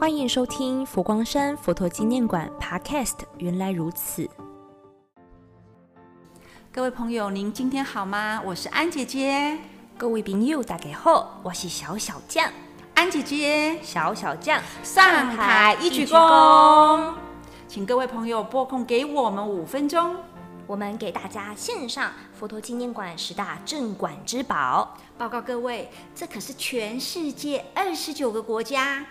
欢迎收听佛光山佛陀纪念馆 Podcast 原来如此。 各位朋友，您今天好吗？我是安姐姐。 各位朋友大家好，我是小小酱。 安姐姐， 小小酱上台一鞠躬。请各位朋友拨空给我们5分钟， 我们给大家献上佛陀纪念馆10大镇馆之宝。 报告各位，这可是全世界29个国家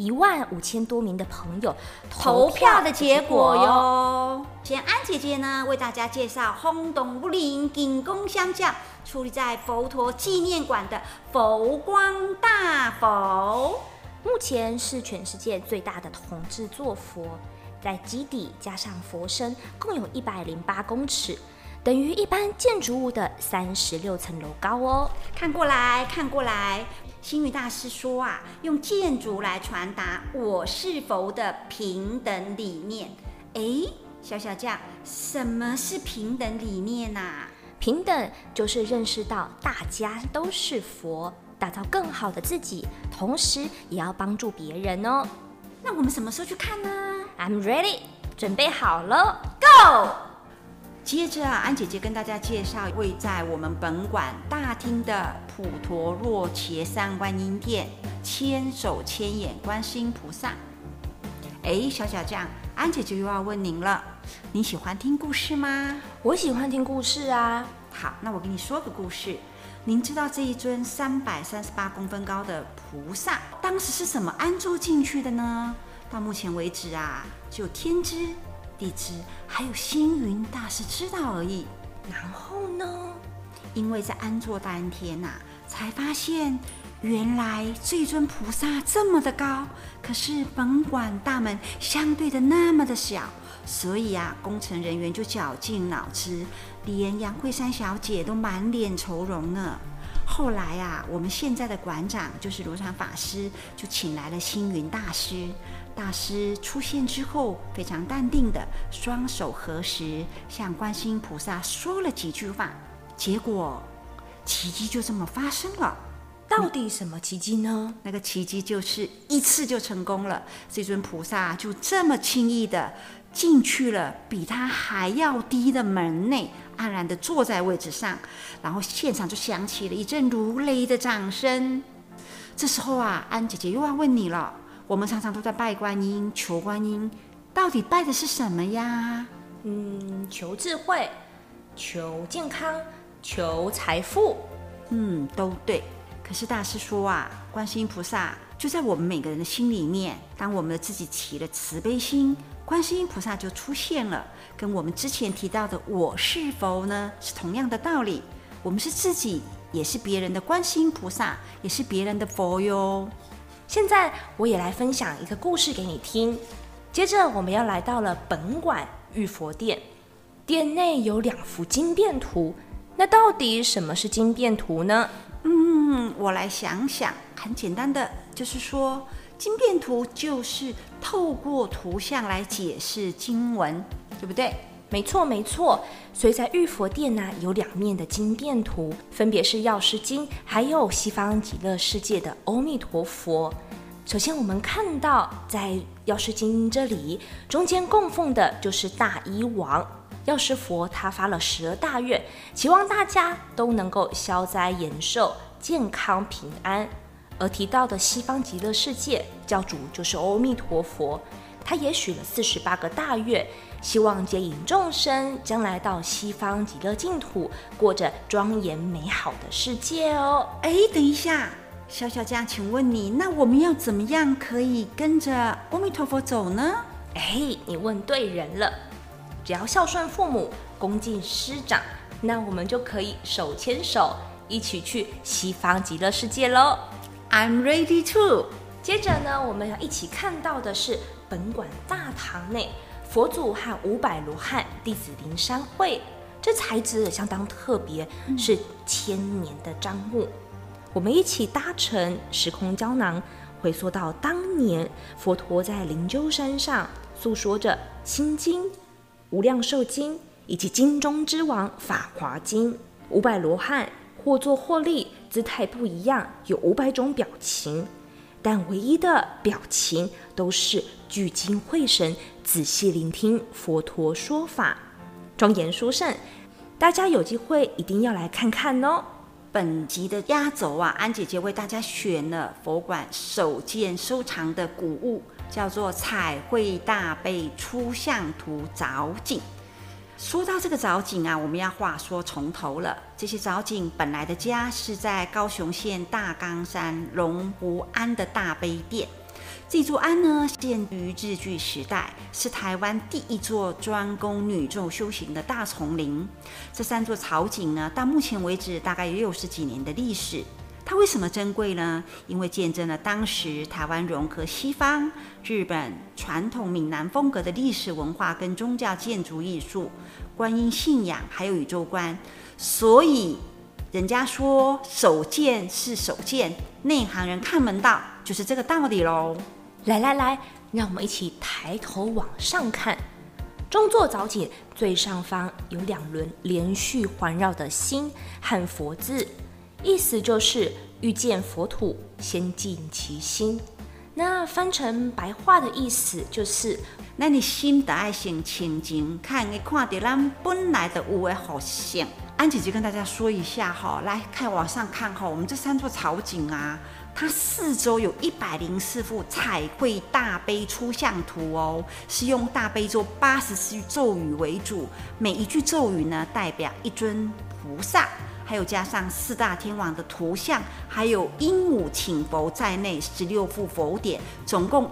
15000多名的朋友投票的结果哟。先安姐姐呢为大家介绍轰动武林金光相将矗立在佛陀纪念馆的佛光大佛， 目前是全世界最大的铜制作佛，在基底加上佛身共有108公尺，等于一般建筑物的36层楼高哦。 看过来，看过来。星云大师说啊，用建筑来传达我是佛的平等理念。小小酱，什么是平等理念啊？ 平等就是认识到大家都是佛，打造更好的自己，同时也要帮助别人哦。 那我们什么时候去看呢？ I'm ready， 准备好了 ，Go！ 接着安姐姐跟大家介绍位在我们本馆大厅的普陀洛伽山观音殿千手千眼观世音菩萨。小小酱，安姐姐又要问您了，你喜欢听故事吗？ 我喜欢听故事啊。 好，那我给你说个故事。您知道这一尊338公分高的菩萨当时是怎么安坐进去的呢？到目前为止啊，只有天知地知，还有星云大师知道而已。 然后呢？ 因为在安坐当天才发现原来这尊菩萨这么的高，可是本馆大门相对的那么的小，所以工程人员就绞尽脑汁，连杨慧珊小姐都满脸愁容呢。后来我们现在的馆长就是罗场法师，就请来了星云大师。大师出现之后，非常淡定的双手合十，向观世音菩萨说了几句话，结果奇迹就这么发生了。 到底什么奇迹呢？ 那个奇迹就是一次就成功了，这尊菩萨就这么轻易的进去了比他还要低的门内，安然的坐在位置上，然后现场就响起了一阵如雷的掌声。这时候安姐姐又要问你了，我们常常都在拜观音求观音，到底拜的是什么呀？ 求智慧，求健康，求财富。 都对。可是大师说观世音菩萨就在我们每个人的心里面，当我们的自己起了慈悲心，观世音菩萨就出现了，跟我们之前提到的我是佛呢是同样的道理。我们是自己，也是别人的观世音菩萨，也是别人的佛哟。 现在我也来分享一个故事给你听。接着我们要来到了本馆玉佛殿，殿内有2幅经变图。那到底什么是经变图呢？ 我来想想，很简单的，就是说经变图就是透过图像来解释经文，对不对？ 没错没错。所以在玉佛殿有2面的经变图，分别是药师经还有西方极乐世界的阿弥陀佛。首先我们看到在药师经这里，中间供奉的就是大医王药师佛，他发了12大愿，期望大家都能够消灾延寿，健康平安。而提到的西方极乐世界教主就是阿弥陀佛，他也许了48个大愿，希望接引众生将来到西方极乐净土，过着庄严美好的世界哦。 等一下，小小酱，请问你，那我们要怎么样可以跟着阿弥陀佛走呢？ 你问对人了。只要孝顺父母，恭敬师长，那我们就可以手牵手一起去西方极乐世界咯。 I'm ready to。 接着呢，我们要一起看到的是本馆大堂内佛祖和500罗汉弟子灵山会，这材质相当特别，是1000年的樟木。我们一起搭乘时空胶囊，回溯到当年佛陀在灵鹫山上诉说着心经、无量寿经以及经中之王法华经。500罗汉或坐或立，姿态不一样，有500种表情。 但唯一的表情都是聚精会神，仔细聆听佛陀说法，庄严殊胜。大家有机会一定要来看看哦。 本集的压轴啊，安姐姐为大家选了佛馆首件收藏的古物，叫做彩绘大悲出像图藻井。说到这个藻井啊，我们要话说从头了。这些藻井本来的家是在高雄县大冈山龙湖庵的大悲殿。这座庵呢，建于日据时代，是台湾第一座专供女众修行的大丛林。这3座藻井呢，到目前为止大概有60几年的历史。它为什么珍贵呢？因为见证了当时台湾融合西方、日本传统闽南风格的历史文化跟宗教建筑艺术、观音信仰还有宇宙观。所以人家说手见是手见，内行人看门道，就是这个道理咯。 来，让我们一起抬头往上看。中座藻井最上方有2轮连续环绕的心和佛字，意思就是遇见佛土，先净其心。那翻成白话的意思就是， 咱的心得爱先清净，看会看到咱本来的有的好性。安姐姐跟大家说一下哈，来看往上看哈，我们这3座藻井啊，它四周有104幅彩绘大悲出像图哦，是用大悲咒80句咒语为主，每一句咒语呢代表一尊菩萨，还有加上4大天王的图像，还有鹦鹉请佛在内16幅佛典，总共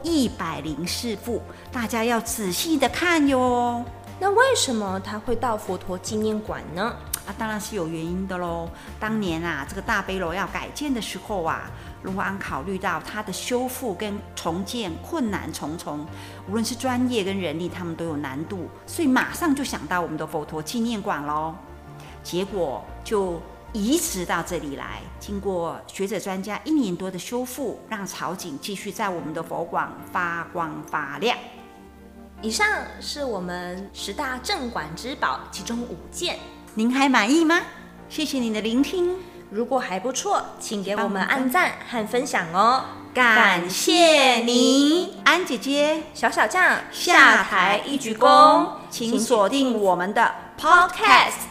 104幅，大家要仔细的看哟。 那为什么它会到佛陀纪念馆呢？ 当然是有原因的咯。当年啊，这个大悲楼要改建的时候啊，龙湖庵考虑到它的修复跟重建困难重重，无论是专业跟人力，他们都有难度，所以马上就想到我们的佛陀纪念馆咯。结果就移植到这里来，经过学者专家1年多的修复，让藻井继续在我们的佛馆发光发亮。 以上是我们10大镇馆之宝其中5件， 您还满意吗？谢谢您的聆听， 如果还不错，请给我们按赞和分享哦。 感谢您，安姐姐小小酱下台一鞠躬， 请锁定我们的 Podcast。